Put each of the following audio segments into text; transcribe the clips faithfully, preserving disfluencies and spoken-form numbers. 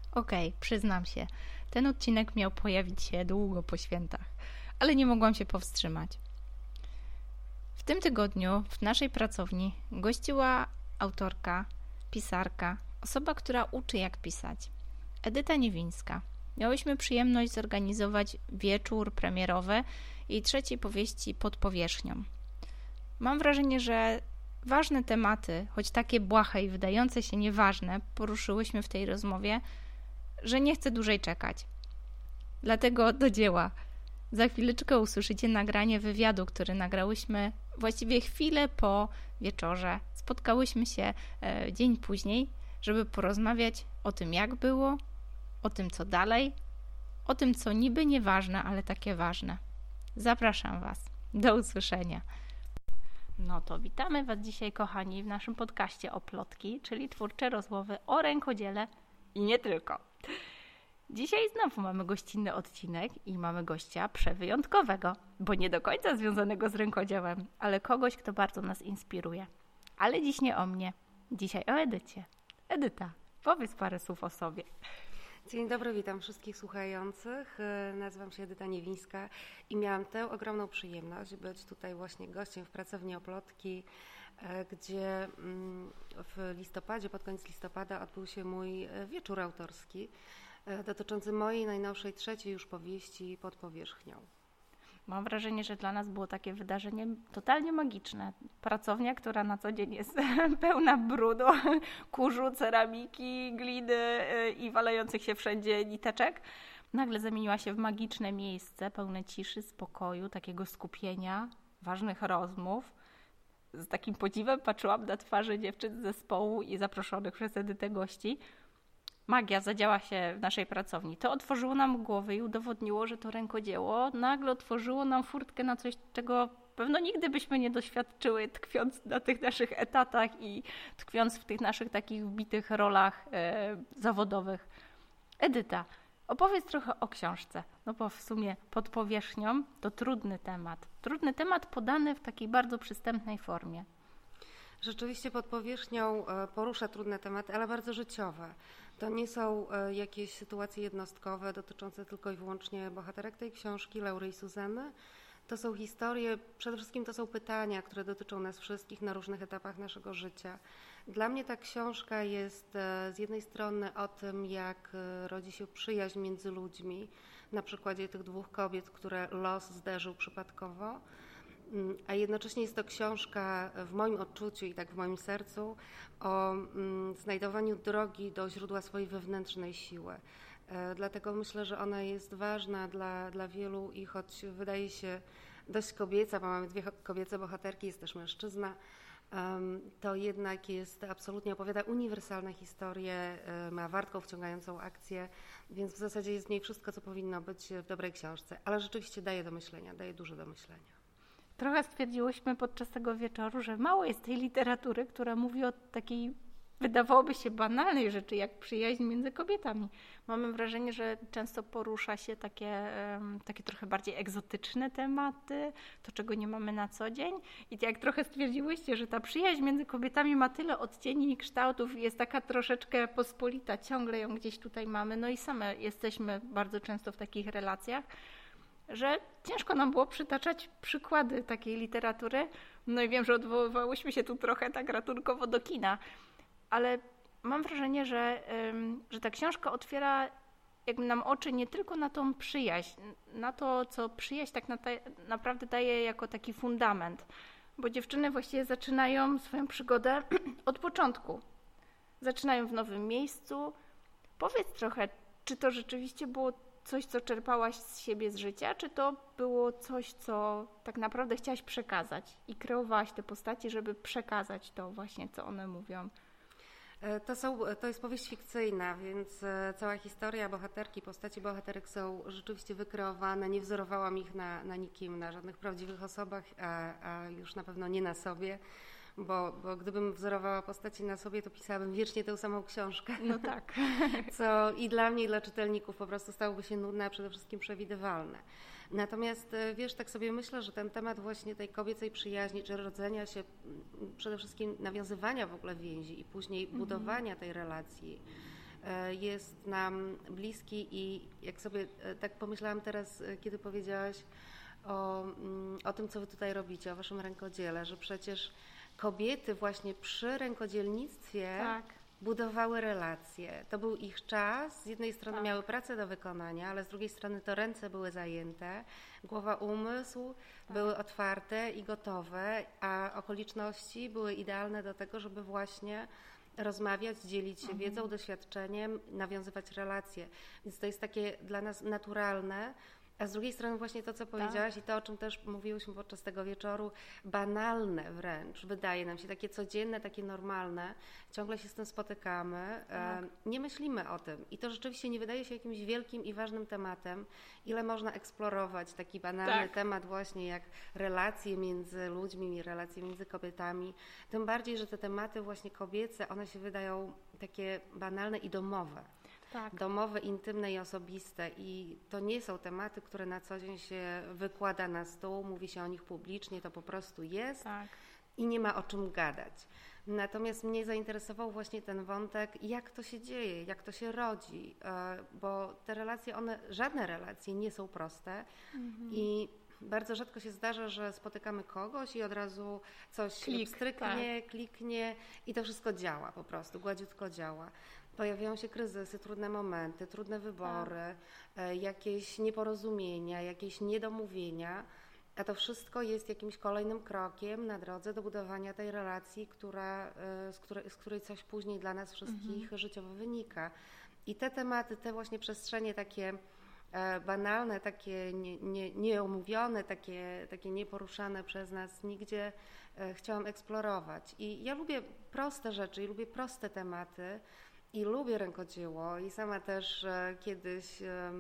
Okej, przyznam się, ten odcinek miał pojawić się długo po świętach, ale nie mogłam się powstrzymać. W tym tygodniu w naszej pracowni gościła autorka, pisarka, osoba, która uczy jak pisać. Edyta Niewińska. Miałyśmy przyjemność zorganizować wieczór premierowy jej trzeciej powieści Pod powierzchnią. Mam wrażenie, że ważne tematy, choć takie błahe i wydające się nieważne, poruszyłyśmy w tej rozmowie, że nie chcę dłużej czekać. Dlatego do dzieła. Za chwileczkę usłyszycie nagranie wywiadu, który nagrałyśmy właściwie chwilę po wieczorze. Spotkałyśmy się e, dzień później, żeby porozmawiać o tym, jak było, o tym, co dalej, o tym, co niby nieważne, ale takie ważne. Zapraszam Was. Do usłyszenia. No to witamy Was dzisiaj, kochani, w naszym podcaście o plotki, czyli twórcze rozmowy o rękodziele i nie tylko. Dzisiaj znowu mamy gościnny odcinek i mamy gościa przewyjątkowego, bo nie do końca związanego z rękodziełem, ale kogoś, kto bardzo nas inspiruje. Ale dziś nie o mnie, dzisiaj o Edycie. Edyta, powiedz parę słów o sobie. Dzień dobry, witam wszystkich słuchających. Nazywam się Edyta Niewińska i miałam tę ogromną przyjemność być tutaj właśnie gościem w pracowni o plotki, gdzie w listopadzie, pod koniec listopada odbył się mój wieczór autorski dotyczący mojej najnowszej, trzeciej już powieści Pod powierzchnią. Mam wrażenie, że dla nas było takie wydarzenie totalnie magiczne. Pracownia, która na co dzień jest pełna brudu, kurzu, ceramiki, gliny i walających się wszędzie niteczek, nagle zamieniła się w magiczne miejsce pełne ciszy, spokoju, takiego skupienia, ważnych rozmów. Z takim podziwem patrzyłam na twarze dziewczyn z zespołu i zaproszonych przez Edytę gości. Magia zadziała się w naszej pracowni. To otworzyło nam głowy i udowodniło, że to rękodzieło nagle otworzyło nam furtkę na coś, czego pewno nigdy byśmy nie doświadczyły, tkwiąc na tych naszych etatach i tkwiąc w tych naszych takich wbitych rolach e, zawodowych. Edyta, opowiedz trochę o książce, no bo w sumie Pod powierzchnią to trudny temat. Trudny temat podany w takiej bardzo przystępnej formie. Rzeczywiście Pod powierzchnią porusza trudne tematy, ale bardzo życiowe. To nie są jakieś sytuacje jednostkowe dotyczące tylko i wyłącznie bohaterek tej książki, Laury i Suzanny. To są historie, przede wszystkim to są pytania, które dotyczą nas wszystkich na różnych etapach naszego życia. Dla mnie ta książka jest z jednej strony o tym, jak rodzi się przyjaźń między ludźmi, na przykładzie tych dwóch kobiet, które los zderzył przypadkowo, a jednocześnie jest to książka w moim odczuciu i tak w moim sercu o mm, znajdowaniu drogi do źródła swojej wewnętrznej siły. E, dlatego myślę, że ona jest ważna dla, dla wielu i choć wydaje się dość kobieca, bo mamy dwie kobiece bohaterki, jest też mężczyzna, um, to jednak jest absolutnie opowiada uniwersalne historie, e, ma wartką wciągającą akcję, więc w zasadzie jest w niej wszystko, co powinno być w dobrej książce, ale rzeczywiście daje do myślenia, daje dużo do myślenia. Trochę stwierdziłyśmy podczas tego wieczoru, że mało jest tej literatury, która mówi o takiej, wydawałoby się, banalnej rzeczy, jak przyjaźń między kobietami. Mamy wrażenie, że często porusza się takie, takie trochę bardziej egzotyczne tematy, to czego nie mamy na co dzień. I jak trochę stwierdziłyście, że ta przyjaźń między kobietami ma tyle odcieni i kształtów i jest taka troszeczkę pospolita, ciągle ją gdzieś tutaj mamy, no i same jesteśmy bardzo często w takich relacjach, że ciężko nam było przytaczać przykłady takiej literatury. No i wiem, że odwoływałyśmy się tu trochę tak ratunkowo do kina, ale mam wrażenie, że, że ta książka otwiera jakby nam oczy nie tylko na tą przyjaźń, na to, co przyjaźń tak naprawdę daje jako taki fundament, bo dziewczyny właściwie zaczynają swoją przygodę od początku. Zaczynają w nowym miejscu. Powiedz trochę, czy to rzeczywiście było coś, co czerpałaś z siebie, z życia, czy to było coś, co tak naprawdę chciałaś przekazać i kreowałaś te postacie, żeby przekazać to właśnie, co one mówią? To, są, to jest powieść fikcyjna, więc cała historia bohaterki, postaci bohaterek są rzeczywiście wykreowane. Nie wzorowałam ich na, na nikim, na żadnych prawdziwych osobach, a, a już na pewno nie na sobie. Bo, bo gdybym wzorowała postaci na sobie, to pisałabym wiecznie tę samą książkę. No tak. Co i dla mnie, i dla czytelników po prostu stałoby się nudne, a przede wszystkim przewidywalne. Natomiast wiesz, tak sobie myślę, że ten temat właśnie tej kobiecej przyjaźni, czy rodzenia się, przede wszystkim nawiązywania w ogóle więzi i później mhm. budowania tej relacji jest nam bliski i jak sobie tak pomyślałam teraz, kiedy powiedziałaś o, o tym, co wy tutaj robicie, o waszym rękodziele, że przecież kobiety właśnie przy rękodzielnictwie tak. budowały relacje. To był ich czas, z jednej strony tak. miały pracę do wykonania, ale z drugiej strony to ręce były zajęte, głowa, umysł tak. były otwarte i gotowe, a okoliczności były idealne do tego, żeby właśnie rozmawiać, dzielić się mhm. wiedzą, doświadczeniem, nawiązywać relacje. Więc to jest takie dla nas naturalne. A z drugiej strony właśnie to, co powiedziałaś tak. i to, o czym też mówiłyśmy podczas tego wieczoru, banalne wręcz, wydaje nam się, takie codzienne, takie normalne, ciągle się z tym spotykamy, tak. nie myślimy o tym i to rzeczywiście nie wydaje się jakimś wielkim i ważnym tematem, ile można eksplorować taki banalny tak. temat właśnie jak relacje między ludźmi, relacje między kobietami, tym bardziej, że te tematy właśnie kobiece, one się wydają takie banalne i domowe. Tak. Domowe, intymne i osobiste i to nie są tematy, które na co dzień się wykłada na stół, mówi się o nich publicznie, to po prostu jest tak. i nie ma o czym gadać. Natomiast mnie zainteresował właśnie ten wątek, jak to się dzieje, jak to się rodzi, bo te relacje, one, żadne relacje nie są proste mhm. i bardzo rzadko się zdarza, że spotykamy kogoś i od razu coś Klik, stryknie, tak. kliknie i to wszystko działa po prostu, gładziutko działa. Pojawiają się kryzysy, trudne momenty, trudne wybory, tak. jakieś nieporozumienia, jakieś niedomówienia, a to wszystko jest jakimś kolejnym krokiem na drodze do budowania tej relacji, która, z, której, z której coś później dla nas wszystkich mhm. życiowo wynika. I te tematy, te właśnie przestrzenie takie banalne, takie nie, nie, nieomówione, takie, takie nieporuszane przez nas nigdzie chciałam eksplorować. I ja lubię proste rzeczy i lubię proste tematy, i lubię rękodzieło i sama też e, kiedyś, e,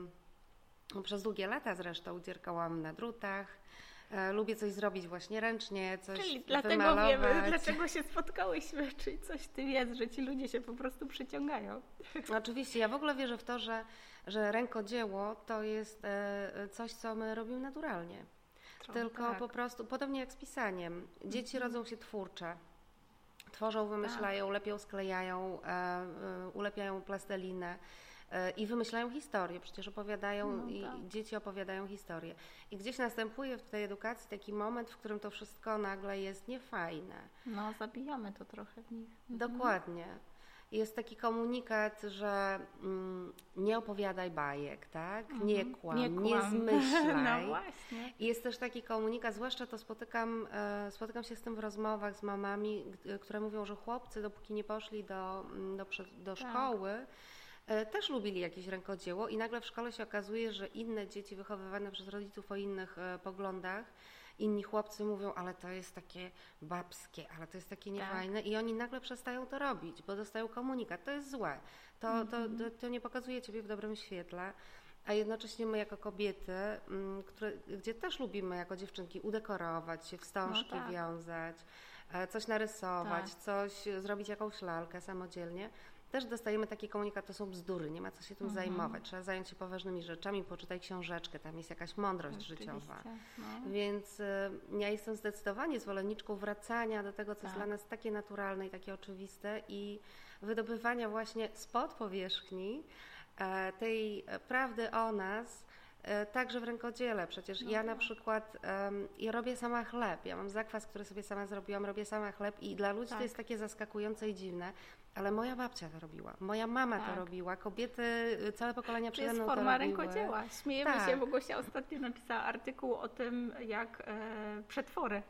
przez długie lata zresztą dzierkałam na drutach. E, lubię coś zrobić właśnie ręcznie, coś Czyli dlatego wymalować. wiemy, dlaczego się spotkałyśmy, czyli coś w tym jest, że ci ludzie się po prostu przyciągają. Oczywiście, ja w ogóle wierzę w to, że, że rękodzieło to jest e, coś, co my robimy naturalnie. Trochę Tylko tak. po prostu, podobnie jak z pisaniem, dzieci mhm. rodzą się twórcze. Tworzą, wymyślają, tak. lepią, sklejają, e, e, ulepiają plastelinę e, i wymyślają historię. Przecież opowiadają no, i tak. dzieci opowiadają historię. I gdzieś następuje w tej edukacji taki moment, w którym to wszystko nagle jest niefajne. No, zabijamy to trochę w nich. Dokładnie. Jest taki komunikat, że mm, nie opowiadaj bajek, tak? Mhm. Nie kłam, nie, kłam. nie zmyślaj. No właśnie. I jest też taki komunikat, zwłaszcza to spotykam, e, spotykam się z tym w rozmowach z mamami, g- które mówią, że chłopcy, dopóki nie poszli do, do, do tak. szkoły, e, też lubili jakieś rękodzieło i nagle w szkole się okazuje, że inne dzieci wychowywane przez rodziców o innych e, poglądach, inni chłopcy mówią, ale to jest takie babskie, ale to jest takie niefajne tak. i oni nagle przestają to robić, bo dostają komunikat, to jest złe, to, mm-hmm. to, to, to nie pokazuje ciebie w dobrym świetle, a jednocześnie my jako kobiety, m, które, gdzie też lubimy jako dziewczynki udekorować się, wstążki no tak. wiązać, coś narysować, tak. coś, zrobić jakąś lalkę samodzielnie, też dostajemy taki komunikat, to są bzdury, nie ma co się tym mhm. zajmować, trzeba zająć się poważnymi rzeczami, poczytaj książeczkę, tam jest jakaś mądrość Oczywiście. życiowa. No. Więc y, ja jestem zdecydowanie zwolenniczką wracania do tego, co tak. jest dla nas takie naturalne i takie oczywiste i wydobywania właśnie spod powierzchni e, tej prawdy o nas, e, także w rękodziele. Przecież no ja tak. na przykład um, ja robię sama chleb, ja mam zakwas, który sobie sama zrobiłam, robię sama chleb i dla ludzi tak. to jest takie zaskakujące i dziwne. Ale moja babcia to robiła, moja mama tak. to robiła, kobiety, całe pokolenia przede mną to robiły. To jest forma rękodzieła. Śmiejemy tak. się, bo Gosia ostatnio napisała artykuł o tym, jak e, przetwory,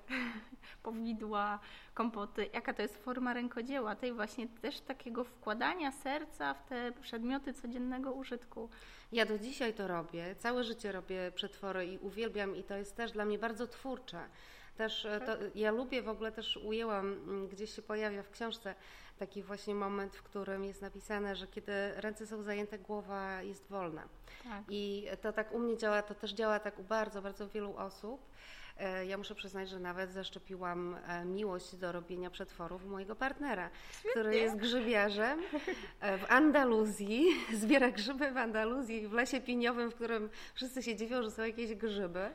powidła, kompoty, jaka to jest forma rękodzieła, tej właśnie też takiego wkładania serca w te przedmioty codziennego użytku. Ja do dzisiaj to robię, całe życie robię przetwory i uwielbiam i to jest też dla mnie bardzo twórcze. Też to, ja lubię, w ogóle też ujęłam, gdzieś się pojawia w książce taki właśnie moment, w którym jest napisane, że kiedy ręce są zajęte, głowa jest wolna. Tak. I to tak u mnie działa, to też działa tak u bardzo, bardzo wielu osób. Ja muszę przyznać, że nawet zaszczepiłam miłość do robienia przetworów u mojego partnera, Świetnie. który jest grzybiarzem w Andaluzji, zbiera grzyby w Andaluzji, w lesie piniowym, w którym wszyscy się dziwią, że są jakieś grzyby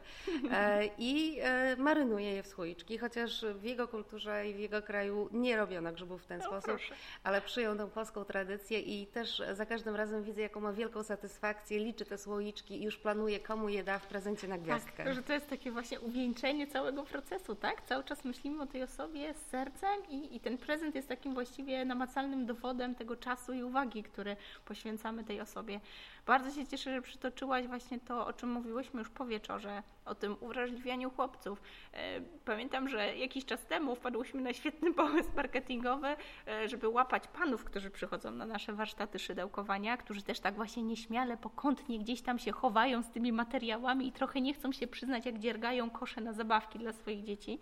i marynuje je w słoiczki, chociaż w jego kulturze i w jego kraju nie robiono grzybów w ten no, sposób, proszę. ale przyjął tą polską tradycję i też za każdym razem widzę, jaką ma wielką satysfakcję, liczy te słoiczki i już planuje, komu je da w prezencie na gwiazdkę. Tak, że to jest takie właśnie uwieńczenie całego procesu, tak? Cały czas myślimy o tej osobie z sercem i, i ten prezent jest takim właściwie namacalnym dowodem tego czasu i uwagi, który poświęcamy tej osobie. Bardzo się cieszę, że przytoczyłaś właśnie to, o czym mówiłyśmy już po wieczorze, o tym uwrażliwianiu chłopców. Pamiętam, że jakiś czas temu wpadłyśmy na świetny pomysł marketingowy, żeby łapać panów, którzy przychodzą na nasze warsztaty szydełkowania, którzy też tak właśnie nieśmiale, pokątnie gdzieś tam się chowają z tymi materiałami i trochę nie chcą się przyznać, jak dziergają kosze na zabawki dla swoich dzieci.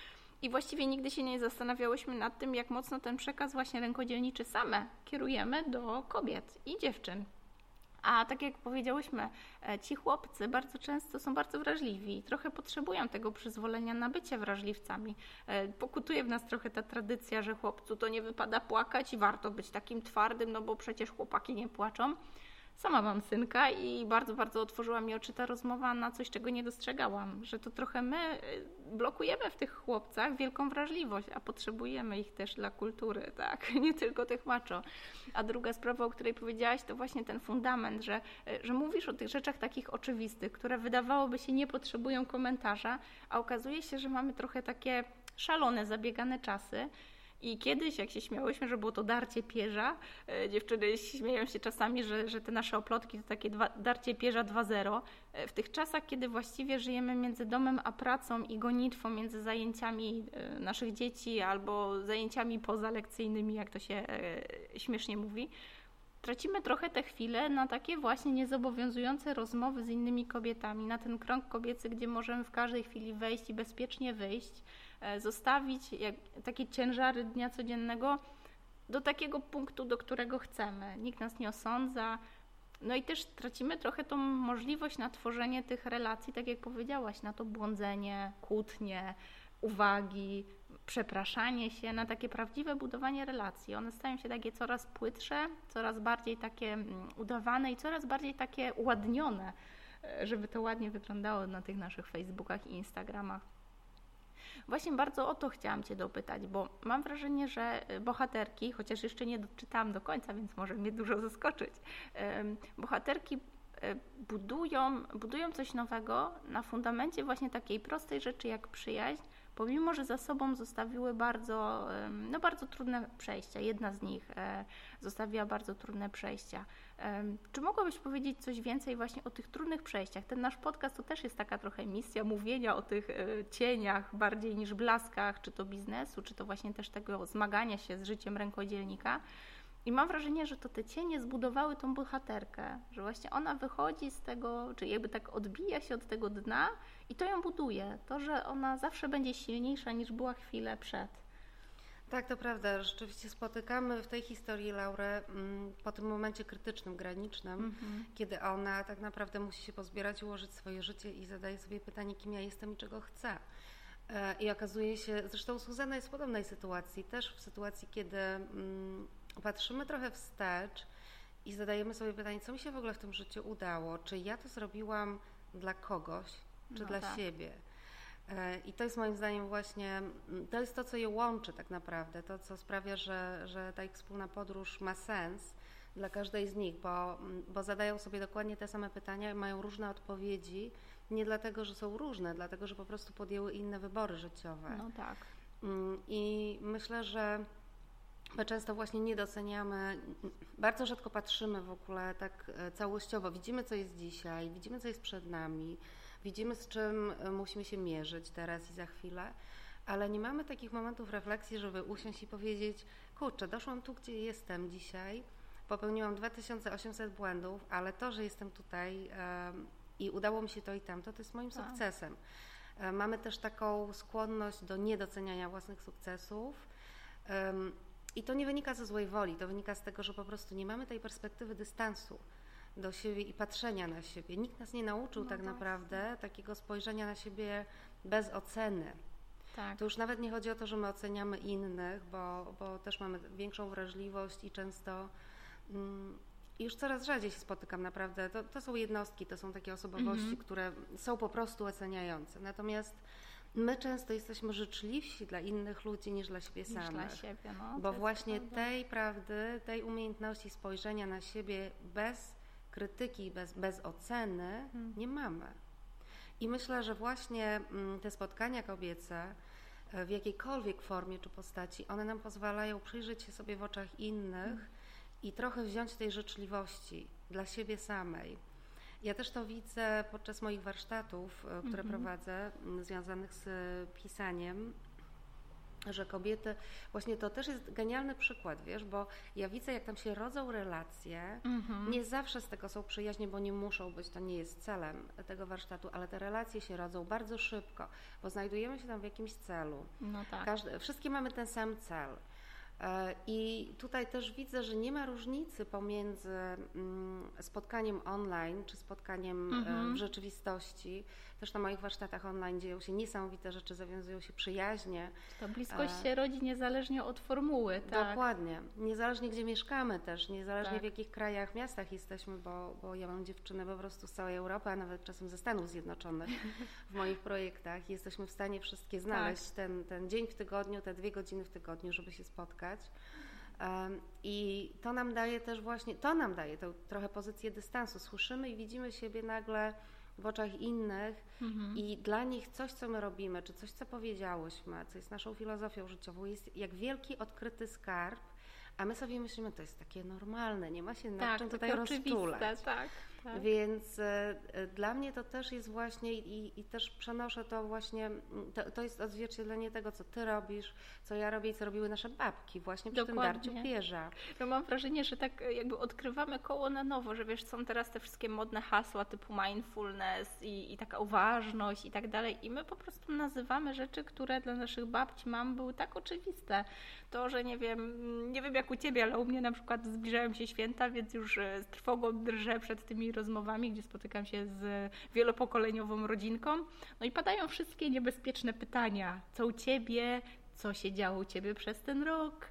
I właściwie nigdy się nie zastanawiałyśmy nad tym, jak mocno ten przekaz właśnie rękodzielniczy same kierujemy do kobiet i dziewczyn. A tak jak powiedziałyśmy, ci chłopcy bardzo często są bardzo wrażliwi i trochę potrzebują tego przyzwolenia na bycie wrażliwcami. Pokutuje w nas trochę ta tradycja, że chłopcu to nie wypada płakać i warto być takim twardym, no bo przecież chłopaki nie płaczą. Sama mam synka i bardzo, bardzo otworzyła mi oczy ta rozmowa na coś, czego nie dostrzegałam, że to trochę my blokujemy w tych chłopcach wielką wrażliwość, a potrzebujemy ich też dla kultury, tak, nie tylko tych macho. A druga sprawa, o której powiedziałaś, to właśnie ten fundament, że, że mówisz o tych rzeczach takich oczywistych, które wydawałoby się nie potrzebują komentarza, a okazuje się, że mamy trochę takie szalone, zabiegane czasy. I kiedyś, jak się śmiałyśmy, że było to darcie pierza, dziewczyny śmieją się czasami, że, że te nasze oplotki to takie dwa, darcie pierza dwa zero. W tych czasach, kiedy właściwie żyjemy między domem a pracą i gonitwą między zajęciami naszych dzieci albo zajęciami pozalekcyjnymi, jak to się śmiesznie mówi, tracimy trochę te chwile na takie właśnie niezobowiązujące rozmowy z innymi kobietami, na ten krąg kobiecy, gdzie możemy w każdej chwili wejść i bezpiecznie wyjść, zostawić jak, takie ciężary dnia codziennego do takiego punktu, do którego chcemy. Nikt nas nie osądza. No i też tracimy trochę tą możliwość na tworzenie tych relacji, tak jak powiedziałaś, na to błądzenie, kłótnie, uwagi, przepraszanie się, na takie prawdziwe budowanie relacji. One stają się takie coraz płytsze, coraz bardziej takie udawane i coraz bardziej takie uładnione, żeby to ładnie wyglądało na tych naszych Facebookach i Instagramach. Właśnie bardzo o to chciałam Cię dopytać, bo mam wrażenie, że bohaterki, chociaż jeszcze nie doczytałam do końca, więc może mnie dużo zaskoczyć, bohaterki budują, budują coś nowego na fundamencie właśnie takiej prostej rzeczy jak przyjaźń, pomimo że za sobą zostawiły bardzo, no bardzo trudne przejścia. Jedna z nich zostawiła bardzo trudne przejścia. Czy mogłabyś powiedzieć coś więcej właśnie o tych trudnych przejściach? Ten nasz podcast to też jest taka trochę misja mówienia o tych cieniach bardziej niż blaskach, czy to biznesu, czy to właśnie też tego zmagania się z życiem rękodzielnika. I mam wrażenie, że to te cienie zbudowały tą bohaterkę, że właśnie ona wychodzi z tego, czy jakby tak odbija się od tego dna i to ją buduje. To, że ona zawsze będzie silniejsza niż była chwilę przed. Tak, to prawda. Rzeczywiście spotykamy w tej historii Laurę po tym momencie krytycznym, granicznym, mm-hmm. kiedy ona tak naprawdę musi się pozbierać, ułożyć swoje życie i zadaje sobie pytanie, kim ja jestem i czego chcę. I okazuje się, zresztą Zuzanna jest w podobnej sytuacji, też w sytuacji, kiedy patrzymy trochę wstecz i zadajemy sobie pytanie, co mi się w ogóle w tym życiu udało, czy ja to zrobiłam dla kogoś, czy no dla tak. siebie. I to jest moim zdaniem właśnie, to jest to, co je łączy tak naprawdę, to, co sprawia, że, że ta ich wspólna podróż ma sens dla każdej z nich, bo, bo zadają sobie dokładnie te same pytania i mają różne odpowiedzi, nie dlatego, że są różne, dlatego, że po prostu podjęły inne wybory życiowe. No tak. I myślę, że my często właśnie nie doceniamy, bardzo rzadko patrzymy w ogóle tak całościowo. Widzimy, co jest dzisiaj, widzimy, co jest przed nami, widzimy, z czym musimy się mierzyć teraz i za chwilę, ale nie mamy takich momentów refleksji, żeby usiąść i powiedzieć, kurczę, doszłam tu, gdzie jestem dzisiaj, popełniłam dwa tysiące osiemset błędów, ale to, że jestem tutaj um, i udało mi się to i tamto, to jest moim tak. sukcesem. Um, mamy też taką skłonność do niedoceniania własnych sukcesów. Um, I to nie wynika ze złej woli, to wynika z tego, że po prostu nie mamy tej perspektywy dystansu do siebie i patrzenia na siebie. Nikt nas nie nauczył no tak, tak naprawdę takiego spojrzenia na siebie bez oceny. Tak. To już nawet nie chodzi o to, że my oceniamy innych, bo, bo też mamy większą wrażliwość i często mm, już coraz rzadziej się spotykam naprawdę. To, to są jednostki, to są takie osobowości, mm-hmm. które są po prostu oceniające. Natomiast my często jesteśmy życzliwsi dla innych ludzi niż dla siebie samych. Niż dla siebie, no. Bo właśnie tej prawdy, tej umiejętności spojrzenia na siebie bez krytyki, bez, bez oceny hmm. nie mamy. I myślę, że właśnie te spotkania kobiece w jakiejkolwiek formie czy postaci, one nam pozwalają przyjrzeć się sobie w oczach innych hmm. i trochę wziąć tej życzliwości dla siebie samej. Ja też to widzę podczas moich warsztatów, które mm-hmm. prowadzę, związanych z pisaniem, że kobiety, właśnie to też jest genialny przykład, wiesz, bo ja widzę, jak tam się rodzą relacje, mm-hmm. nie zawsze z tego są przyjaźnie, bo nie muszą być, to nie jest celem tego warsztatu, ale te relacje się rodzą bardzo szybko, bo znajdujemy się tam w jakimś celu. No tak. Każdy, wszystkie mamy ten sam cel. I tutaj też widzę, że nie ma różnicy pomiędzy spotkaniem online czy spotkaniem mm-hmm. w rzeczywistości. Też na moich warsztatach online dzieją się niesamowite rzeczy, zawiązują się przyjaźnie. Ta bliskość się rodzi niezależnie od formuły. Tak? Dokładnie. Niezależnie gdzie mieszkamy też, niezależnie tak. w jakich krajach, miastach jesteśmy, bo, bo ja mam dziewczyny po prostu z całej Europy, a nawet czasem ze Stanów Zjednoczonych w moich projektach. Jesteśmy w stanie wszystkie znaleźć tak. ten, ten dzień w tygodniu, te dwie godziny w tygodniu, żeby się spotkać. Um, I to nam daje też właśnie, to nam daje tę trochę pozycję dystansu. Słyszymy i widzimy siebie nagle w oczach innych mhm. i dla nich coś, co my robimy, czy coś, co powiedziałyśmy, co jest naszą filozofią życiową, jest jak wielki, odkryty skarb, a my sobie myślimy, to jest takie normalne, nie ma się nad tak, czym tutaj rozczulać. Tak, tak. Więc e, dla mnie to też jest właśnie i, i też przenoszę to właśnie, to, to jest odzwierciedlenie tego, co ty robisz, co ja robię i co robiły nasze babki właśnie przy Dokładnie. tym darciu pierza. Ja mam wrażenie, że tak jakby odkrywamy koło na nowo, że wiesz, są teraz te wszystkie modne hasła typu mindfulness i, i taka uważność i tak dalej i my po prostu nazywamy rzeczy, które dla naszych babci, mam były tak oczywiste. To, że nie wiem, nie wiem jak u ciebie, ale u mnie na przykład zbliżają się święta, więc już z trwogą drżę przed tymi rozmowami, gdzie spotykam się z wielopokoleniową rodzinką. No i padają wszystkie niebezpieczne pytania. Co u ciebie? Co się działo u ciebie przez ten rok?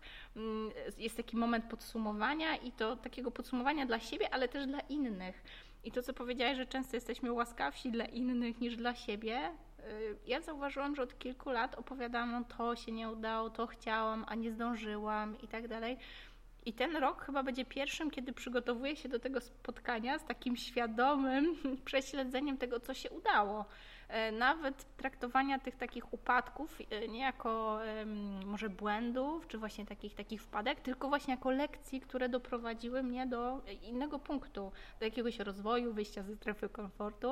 Jest taki moment podsumowania i to takiego podsumowania dla siebie, ale też dla innych. I to, co powiedziałaś, że często jesteśmy łaskawsi dla innych niż dla siebie. Ja zauważyłam, że od kilku lat opowiadałam, no to się nie udało, to chciałam, a nie zdążyłam i tak dalej. I ten rok chyba będzie pierwszym, kiedy przygotowuję się do tego spotkania z takim świadomym prześledzeniem tego, co się udało. Nawet traktowania tych takich upadków nie jako może błędów, czy właśnie takich, takich wpadek, tylko właśnie jako lekcji, które doprowadziły mnie do innego punktu, do jakiegoś rozwoju, wyjścia ze strefy komfortu.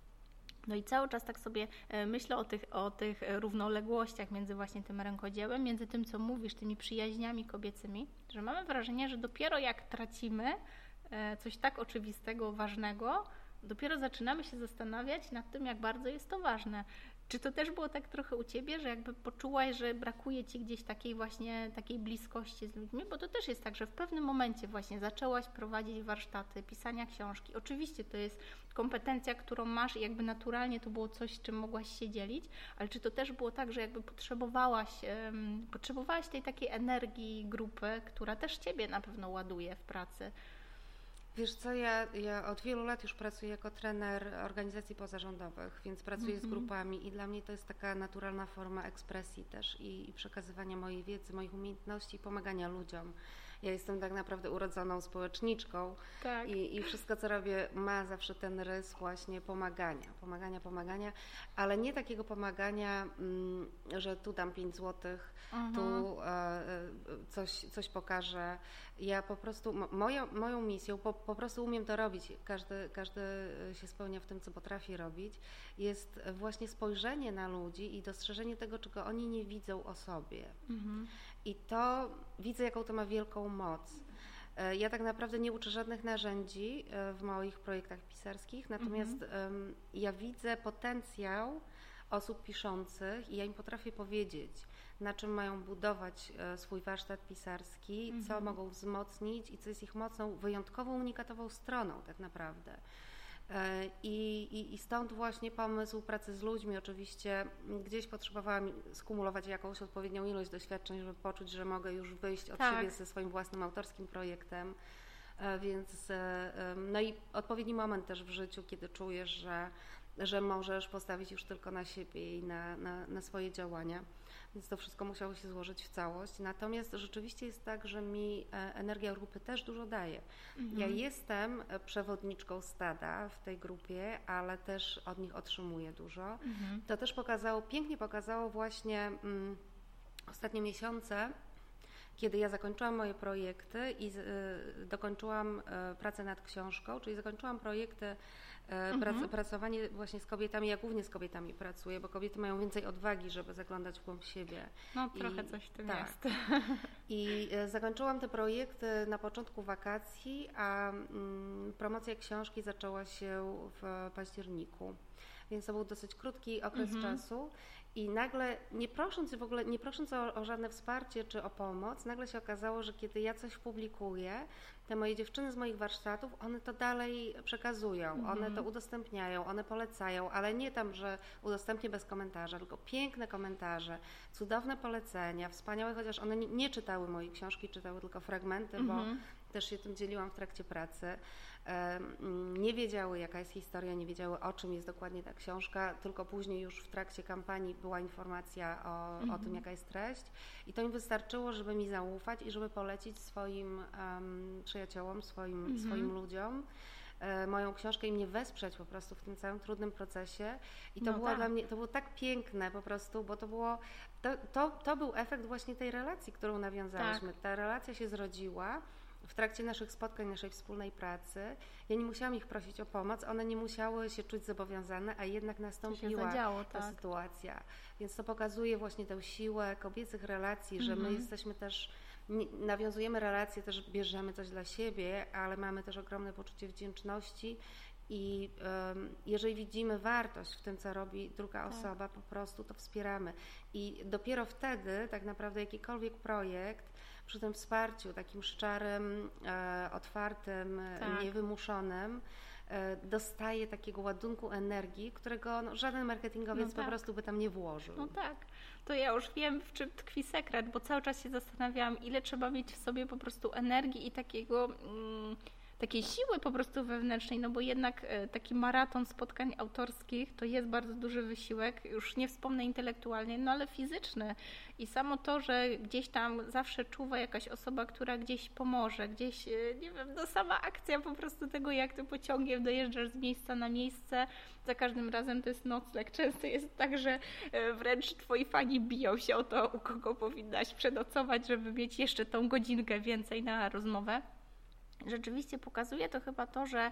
No i cały czas tak sobie myślę o tych, o tych równoległościach między właśnie tym rękodziełem, między tym, co mówisz, tymi przyjaźniami kobiecymi, że mamy wrażenie, że dopiero jak tracimy coś tak oczywistego, ważnego, dopiero zaczynamy się zastanawiać nad tym, jak bardzo jest to ważne. Czy to też było tak trochę u ciebie, że jakby poczułaś, że brakuje ci gdzieś takiej właśnie takiej bliskości z ludźmi? Bo to też jest tak, że w pewnym momencie właśnie zaczęłaś prowadzić warsztaty, pisania książki. Oczywiście to jest kompetencja, którą masz i jakby naturalnie to było coś, czym mogłaś się dzielić, ale czy to też było tak, że jakby potrzebowałaś, um, potrzebowałaś tej takiej energii grupy, która też ciebie na pewno ładuje w pracy? Wiesz co, ja, ja od wielu lat już pracuję jako trener organizacji pozarządowych, więc pracuję mm-hmm. z grupami i dla mnie to jest taka naturalna forma ekspresji też i, i przekazywania mojej wiedzy, moich umiejętności, pomagania ludziom. Ja jestem tak naprawdę urodzoną społeczniczką tak. i, i wszystko, co robię, ma zawsze ten rys właśnie pomagania, pomagania, pomagania, ale nie takiego pomagania, mm, że tu dam pięć złotych, mhm. tu e, coś, coś pokażę. Ja po prostu, moją, moją misją, po, po prostu umiem to robić, każdy, każdy się spełnia w tym, co potrafi robić, jest właśnie spojrzenie na ludzi i dostrzeżenie tego, czego oni nie widzą o sobie. Mhm. I to widzę, jaką to ma wielką moc. Ja tak naprawdę nie uczę żadnych narzędzi w moich projektach pisarskich, natomiast mhm. ja widzę potencjał osób piszących i ja im potrafię powiedzieć, na czym mają budować swój warsztat pisarski, mhm. co mogą wzmocnić i co jest ich mocną, wyjątkową, unikatową stroną tak naprawdę. I, i, I stąd właśnie pomysł pracy z ludźmi. Oczywiście gdzieś potrzebowałam skumulować jakąś odpowiednią ilość doświadczeń, żeby poczuć, że mogę już wyjść od tak. siebie ze swoim własnym autorskim projektem. Więc no i odpowiedni moment też w życiu, kiedy czujesz, że, że możesz postawić już tylko na siebie i na, na, na swoje działania. Więc to wszystko musiało się złożyć w całość. Natomiast rzeczywiście jest tak, że mi energia grupy też dużo daje. Mhm. Ja jestem przewodniczką stada w tej grupie, ale też od nich otrzymuję dużo. Mhm. To też pokazało, pięknie pokazało właśnie um, ostatnie miesiące, kiedy ja zakończyłam moje projekty i y, dokończyłam y, pracę nad książką, czyli zakończyłam projekty, y, mhm. prac, pracowanie właśnie z kobietami, ja głównie z kobietami pracuję, bo kobiety mają więcej odwagi, żeby zaglądać w głąb siebie. No trochę I, coś w tym tak. jest. I y, zakończyłam te projekty na początku wakacji, a y, promocja książki zaczęła się w październiku, więc to był dosyć krótki okres mhm. czasu. I nagle, nie prosząc w ogóle, nie prosząc o, o żadne wsparcie czy o pomoc, nagle się okazało, że kiedy ja coś publikuję, te moje dziewczyny z moich warsztatów, one to dalej przekazują, mm-hmm. one to udostępniają, one polecają, ale nie tam, że udostępnię bez komentarza, tylko piękne komentarze, cudowne polecenia, wspaniałe, chociaż one nie, nie czytały mojej książki, czytały tylko fragmenty, mm-hmm. bo też się tym dzieliłam w trakcie pracy. Nie wiedziały, jaka jest historia, nie wiedziały, o czym jest dokładnie ta książka, tylko później już w trakcie kampanii była informacja o, mhm. o tym, jaka jest treść i to im wystarczyło, żeby mi zaufać i żeby polecić swoim um, przyjaciołom, swoim, mhm. swoim ludziom e, moją książkę i mnie wesprzeć po prostu w tym całym trudnym procesie i to no było tak. dla mnie, to było tak piękne po prostu, bo to było, to, to, to był efekt właśnie tej relacji, którą nawiązałyśmy. Tak. Ta relacja się zrodziła w trakcie naszych spotkań, naszej wspólnej pracy. Ja nie musiałam ich prosić o pomoc, one nie musiały się czuć zobowiązane, a jednak nastąpiła zadziało, ta tak. sytuacja. Więc to pokazuje właśnie tę siłę kobiecych relacji, że mhm. my jesteśmy też, nawiązujemy relacje, też bierzemy coś dla siebie, ale mamy też ogromne poczucie wdzięczności i um, jeżeli widzimy wartość w tym, co robi druga tak. osoba, po prostu to wspieramy. I dopiero wtedy tak naprawdę jakikolwiek projekt przy tym wsparciu takim szczerym, e, otwartym, tak. niewymuszonym e, dostaje takiego ładunku energii, którego no, żaden marketingowiec no tak. po prostu by tam nie włożył. No tak, to ja już wiem, w czym tkwi sekret, bo cały czas się zastanawiałam, ile trzeba mieć w sobie po prostu energii i takiego... Mm, takiej siły po prostu wewnętrznej, no bo jednak taki maraton spotkań autorskich to jest bardzo duży wysiłek, już nie wspomnę intelektualnie, no ale fizyczny. I samo to, że gdzieś tam zawsze czuwa jakaś osoba, która gdzieś pomoże, gdzieś, nie wiem, no sama akcja po prostu tego, jak ty pociągiem dojeżdżasz z miejsca na miejsce, za każdym razem to jest nocleg. Często jest tak, że wręcz twoi fani biją się o to, u kogo powinnaś przenocować, żeby mieć jeszcze tą godzinkę więcej na rozmowę. Rzeczywiście pokazuje to chyba to, że,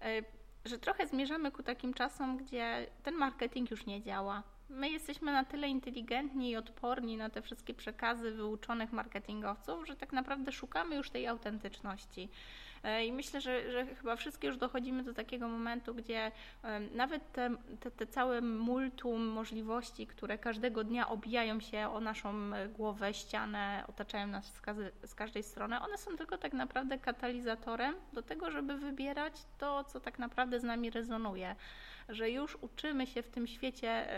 że trochę zmierzamy ku takim czasom, gdzie ten marketing już nie działa. My jesteśmy na tyle inteligentni i odporni na te wszystkie przekazy wyuczonych marketingowców, że tak naprawdę szukamy już tej autentyczności. I myślę, że, że chyba wszystkie już dochodzimy do takiego momentu, gdzie nawet te, te, te całe multum możliwości, które każdego dnia obijają się o naszą głowę, ścianę, otaczają nas z, każdej, z każdej strony, one są tylko tak naprawdę katalizatorem do tego, żeby wybierać to, co tak naprawdę z nami rezonuje. Że już uczymy się w tym świecie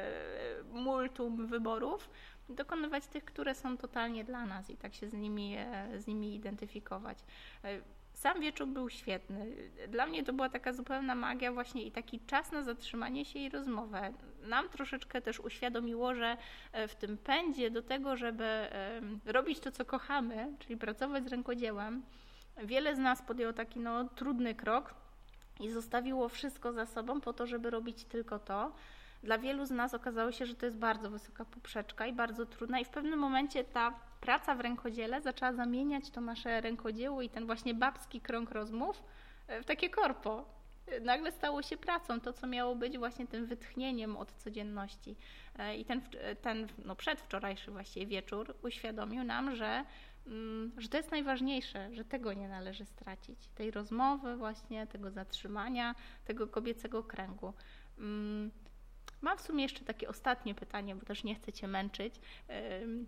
multum wyborów dokonywać tych, które są totalnie dla nas i tak się z nimi, z nimi identyfikować. Sam wieczór był świetny. Dla mnie to była taka zupełna magia właśnie i taki czas na zatrzymanie się i rozmowę. Nam troszeczkę też uświadomiło, że w tym pędzie do tego, żeby robić to, co kochamy, czyli pracować z rękodziełem, wiele z nas podjęło taki no, trudny krok i zostawiło wszystko za sobą po to, żeby robić tylko to. Dla wielu z nas okazało się, że to jest bardzo wysoka poprzeczka i bardzo trudna i w pewnym momencie ta praca w rękodziele zaczęła zamieniać to nasze rękodzieło i ten właśnie babski krąg rozmów w takie korpo. Nagle stało się pracą, to co miało być właśnie tym wytchnieniem od codzienności. I ten, ten no przedwczorajszy właściwie wieczór uświadomił nam, że, że to jest najważniejsze, że tego nie należy stracić. Tej rozmowy właśnie, tego zatrzymania, tego kobiecego kręgu. Mam w sumie jeszcze takie ostatnie pytanie, bo też nie chcę Cię męczyć.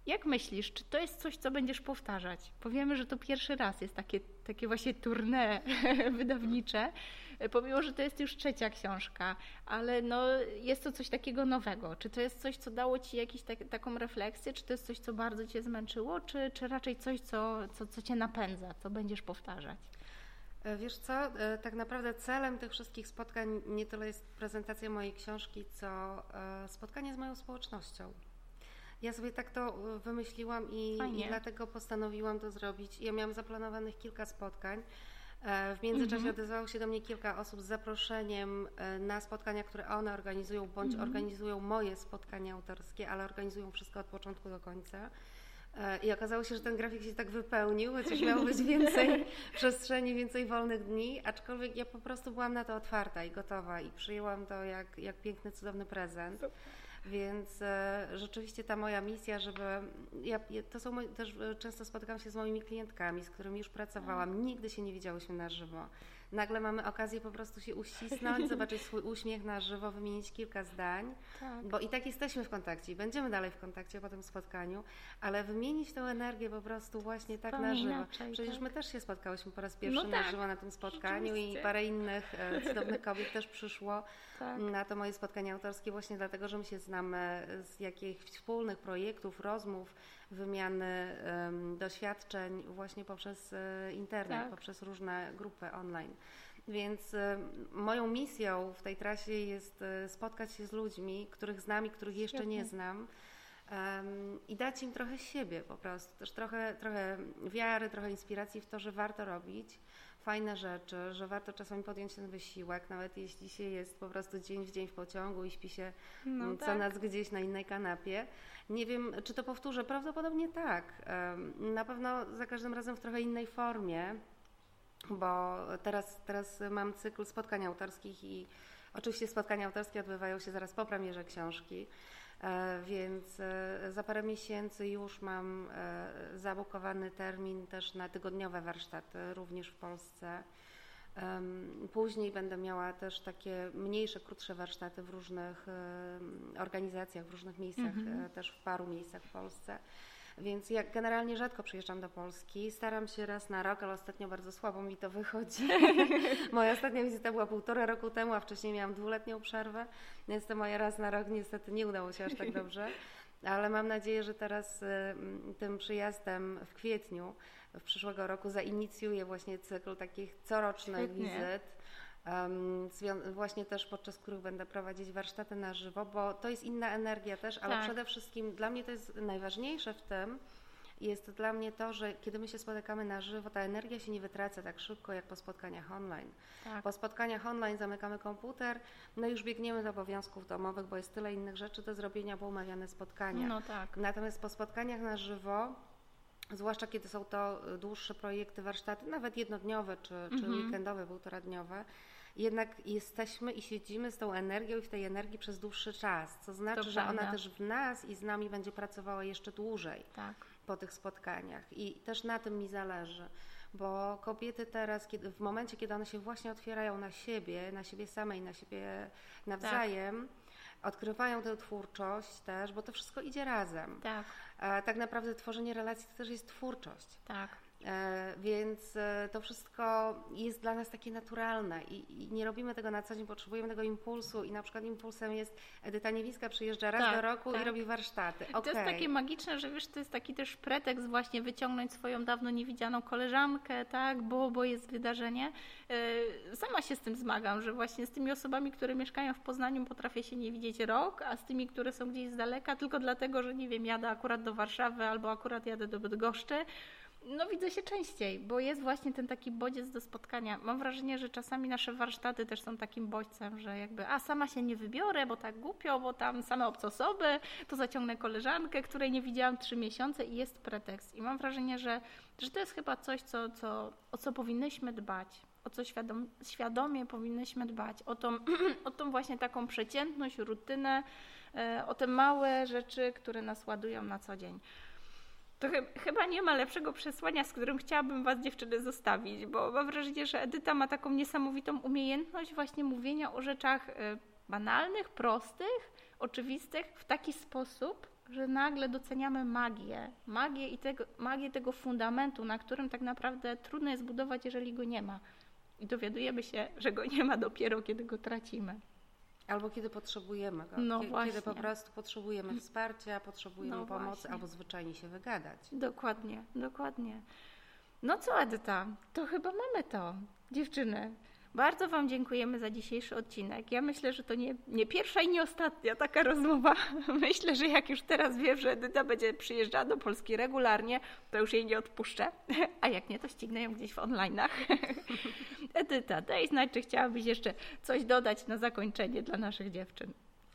Jak myślisz, czy to jest coś, co będziesz powtarzać? Powiemy, że to pierwszy raz jest takie, takie właśnie tournée wydawnicze, pomimo, że to jest już trzecia książka, ale no jest to coś takiego nowego. Czy to jest coś, co dało Ci jakąś tak, taką refleksję, czy to jest coś, co bardzo Cię zmęczyło, czy, czy raczej coś, co, co, co Cię napędza, co będziesz powtarzać? Wiesz co, tak naprawdę celem tych wszystkich spotkań nie tyle jest prezentacja mojej książki, co spotkanie z moją społecznością. Ja sobie tak to wymyśliłam i, i dlatego postanowiłam to zrobić. Ja miałam zaplanowanych kilka spotkań. W międzyczasie mhm. odezwało się do mnie kilka osób z zaproszeniem na spotkania, które one organizują, bądź mhm. organizują moje spotkania autorskie, ale organizują wszystko od początku do końca. I okazało się, że ten grafik się tak wypełnił, chociaż miało być więcej przestrzeni, więcej wolnych dni, aczkolwiek ja po prostu byłam na to otwarta i gotowa i przyjęłam to jak, jak piękny, cudowny prezent. Więc e, rzeczywiście ta moja misja, żeby... Ja, to są moi, też często spotykam się z moimi klientkami, z którymi już pracowałam. Nigdy się nie widziałyśmy na żywo. Nagle mamy okazję po prostu się uścisnąć, zobaczyć swój uśmiech na żywo, wymienić kilka zdań, tak. Bo i tak jesteśmy w kontakcie i będziemy dalej w kontakcie po tym spotkaniu, ale wymienić tę energię po prostu właśnie tak na żywo. Inaczej, Przecież tak? my też się spotkałyśmy po raz pierwszy no na tak. żywo na tym spotkaniu i parę innych e, cudownych kobiet też przyszło tak. na to moje spotkanie autorskie właśnie dlatego, że my się znamy z jakichś wspólnych projektów, rozmów, wymiany um, doświadczeń właśnie poprzez e, internet, tak. poprzez różne grupy online. Więc e, moją misją w tej trasie jest e, spotkać się z ludźmi, których znam i których jeszcze Świetnie. nie znam um, i dać im trochę siebie po prostu, też trochę, trochę wiary, trochę inspiracji w to, że warto robić fajne rzeczy, że warto czasami podjąć ten wysiłek, nawet jeśli się jest po prostu dzień w dzień w pociągu i śpi się no co tak. noc gdzieś na innej kanapie. Nie wiem, czy to powtórzę, prawdopodobnie tak. Na pewno za każdym razem w trochę innej formie, bo teraz, teraz mam cykl spotkań autorskich i oczywiście spotkania autorskie odbywają się zaraz po premierze książki, więc za parę miesięcy już mam zabukowany termin też na tygodniowe warsztaty, również w Polsce. Później będę miała też takie mniejsze, krótsze warsztaty w różnych organizacjach, w różnych miejscach, mhm. też w paru miejscach w Polsce. Więc ja generalnie rzadko przyjeżdżam do Polski, staram się raz na rok, ale ostatnio bardzo słabo mi to wychodzi. Moja ostatnia wizyta była półtora roku temu, a wcześniej miałam dwuletnią przerwę, więc to moje raz na rok niestety nie udało się aż tak dobrze. Ale mam nadzieję, że teraz y, tym przyjazdem w kwietniu w przyszłego roku zainicjuję właśnie cykl takich corocznych Świetnie. wizyt. Um, właśnie też podczas których będę prowadzić warsztaty na żywo, bo to jest inna energia też, ale tak. przede wszystkim dla mnie to jest najważniejsze w tym, jest dla mnie to, że kiedy my się spotykamy na żywo, ta energia się nie wytraca tak szybko jak po spotkaniach online. Tak. Po spotkaniach online zamykamy komputer, no już biegniemy do obowiązków domowych, bo jest tyle innych rzeczy do zrobienia, bo umawiane spotkania. No tak. Natomiast po spotkaniach na żywo, zwłaszcza kiedy są to dłuższe projekty, warsztaty, nawet jednodniowe czy, czy mhm. weekendowe, półtoradniowe, jednak jesteśmy i siedzimy z tą energią i w tej energii przez dłuższy czas, co znaczy, to że prawda. ona też w nas i z nami będzie pracowała jeszcze dłużej tak. po tych spotkaniach i też na tym mi zależy, bo kobiety teraz, kiedy, w momencie, kiedy one się właśnie otwierają na siebie, na siebie same i na siebie nawzajem, tak. odkrywają tę twórczość też, bo to wszystko idzie razem. Tak. A tak naprawdę tworzenie relacji to też jest twórczość. Tak. E, więc e, to wszystko jest dla nas takie naturalne i, i nie robimy tego na co dzień, potrzebujemy tego impulsu i na przykład impulsem jest Edyta Niewiska przyjeżdża raz tak, do roku tak. i robi warsztaty. Okay. To jest takie magiczne, że wiesz, to jest taki też pretekst właśnie wyciągnąć swoją dawno niewidzianą koleżankę, tak, bo, bo jest wydarzenie. E, sama się z tym zmagam, że właśnie z tymi osobami, które mieszkają w Poznaniu potrafię się nie widzieć rok, a z tymi, które są gdzieś z daleka, tylko dlatego, że nie wiem, jadę akurat do Warszawy albo akurat jadę do Bydgoszczy. No widzę się częściej, bo jest właśnie ten taki bodziec do spotkania. Mam wrażenie, że czasami nasze warsztaty też są takim bodźcem, że jakby a sama się nie wybiorę, bo tak głupio, bo tam same obce osoby, to zaciągnę koleżankę, której nie widziałam trzy miesiące i jest pretekst. I mam wrażenie, że, że to jest chyba coś, co, co, o co powinnyśmy dbać, o co świadom, świadomie powinnyśmy dbać, o tą, o tą właśnie taką przeciętność, rutynę, o te małe rzeczy, które nas ładują na co dzień. To ch- chyba nie ma lepszego przesłania, z którym chciałabym Was, dziewczyny, zostawić, bo mam wrażenie, że Edyta ma taką niesamowitą umiejętność właśnie mówienia o rzeczach y, banalnych, prostych, oczywistych w taki sposób, że nagle doceniamy magię, magię i tego, magię tego fundamentu, na którym tak naprawdę trudno jest budować, jeżeli go nie ma. I dowiadujemy się, że go nie ma dopiero, kiedy go tracimy. Albo kiedy potrzebujemy go. No kiedy, właśnie. kiedy po prostu potrzebujemy wsparcia, potrzebujemy No pomocy, właśnie. albo zwyczajnie się wygadać. Dokładnie, dokładnie. No co, Edyta, to chyba mamy to. Dziewczyny, bardzo Wam dziękujemy za dzisiejszy odcinek. Ja myślę, że to nie, nie pierwsza i nie ostatnia taka rozmowa. Myślę, że jak już teraz wiem, że Edyta będzie przyjeżdżała do Polski regularnie, to już jej nie odpuszczę. A jak nie, to ścignę ją gdzieś w online'ach. Edyta, daj znać, czy chciałabyś jeszcze coś dodać na zakończenie dla naszych dziewczyn.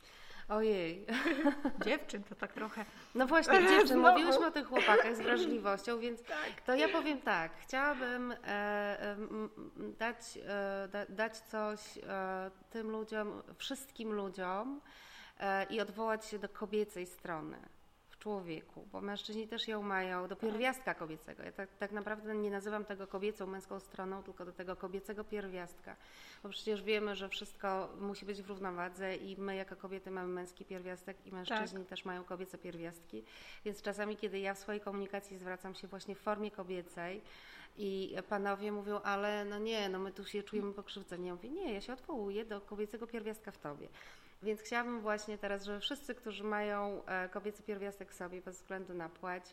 Ojej. Dziewczyn to tak trochę... No właśnie, dziewczyn, Znowu. mówiłyśmy o tych chłopakach z wrażliwością, więc Tak. to ja powiem tak, chciałabym e, e, m, dać, e, da, dać coś e, tym ludziom, wszystkim ludziom e, i odwołać się do kobiecej strony w człowieku, bo mężczyźni też ją mają, do pierwiastka kobiecego. Ja tak, tak naprawdę nie nazywam tego kobiecą, męską stroną, tylko do tego kobiecego pierwiastka, bo przecież wiemy, że wszystko musi być w równowadze i my jako kobiety mamy męski pierwiastek i mężczyźni Tak. też mają kobiece pierwiastki, więc czasami, kiedy ja w swojej komunikacji zwracam się właśnie w formie kobiecej i panowie mówią, ale no nie, no my tu się czujemy pokrzywdzeni. Ja mówię, nie, ja się odwołuję do kobiecego pierwiastka w tobie. Więc chciałabym właśnie teraz, żeby wszyscy, którzy mają e, kobiecy pierwiastek w sobie bez względu na płeć,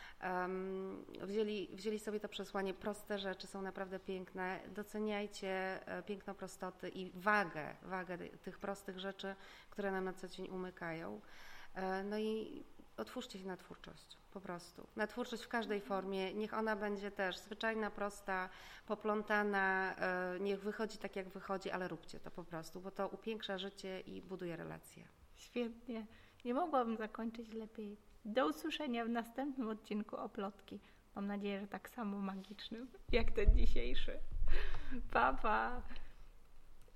um, wzięli, wzięli sobie to przesłanie. Proste rzeczy są naprawdę piękne. Doceniajcie e, piękno prostoty i wagę, wagę tych prostych rzeczy, które nam na co dzień umykają. E, no i otwórzcie się na twórczość, po prostu. Na twórczość w każdej formie. Niech ona będzie też zwyczajna, prosta, poplątana, e, niech wychodzi tak, jak wychodzi, ale róbcie to po prostu, bo to upiększa życie i buduje relacje. Świetnie. Nie mogłabym zakończyć lepiej. Do usłyszenia w następnym odcinku Oplotki. Mam nadzieję, że tak samo magicznym jak ten dzisiejszy. Pa, pa.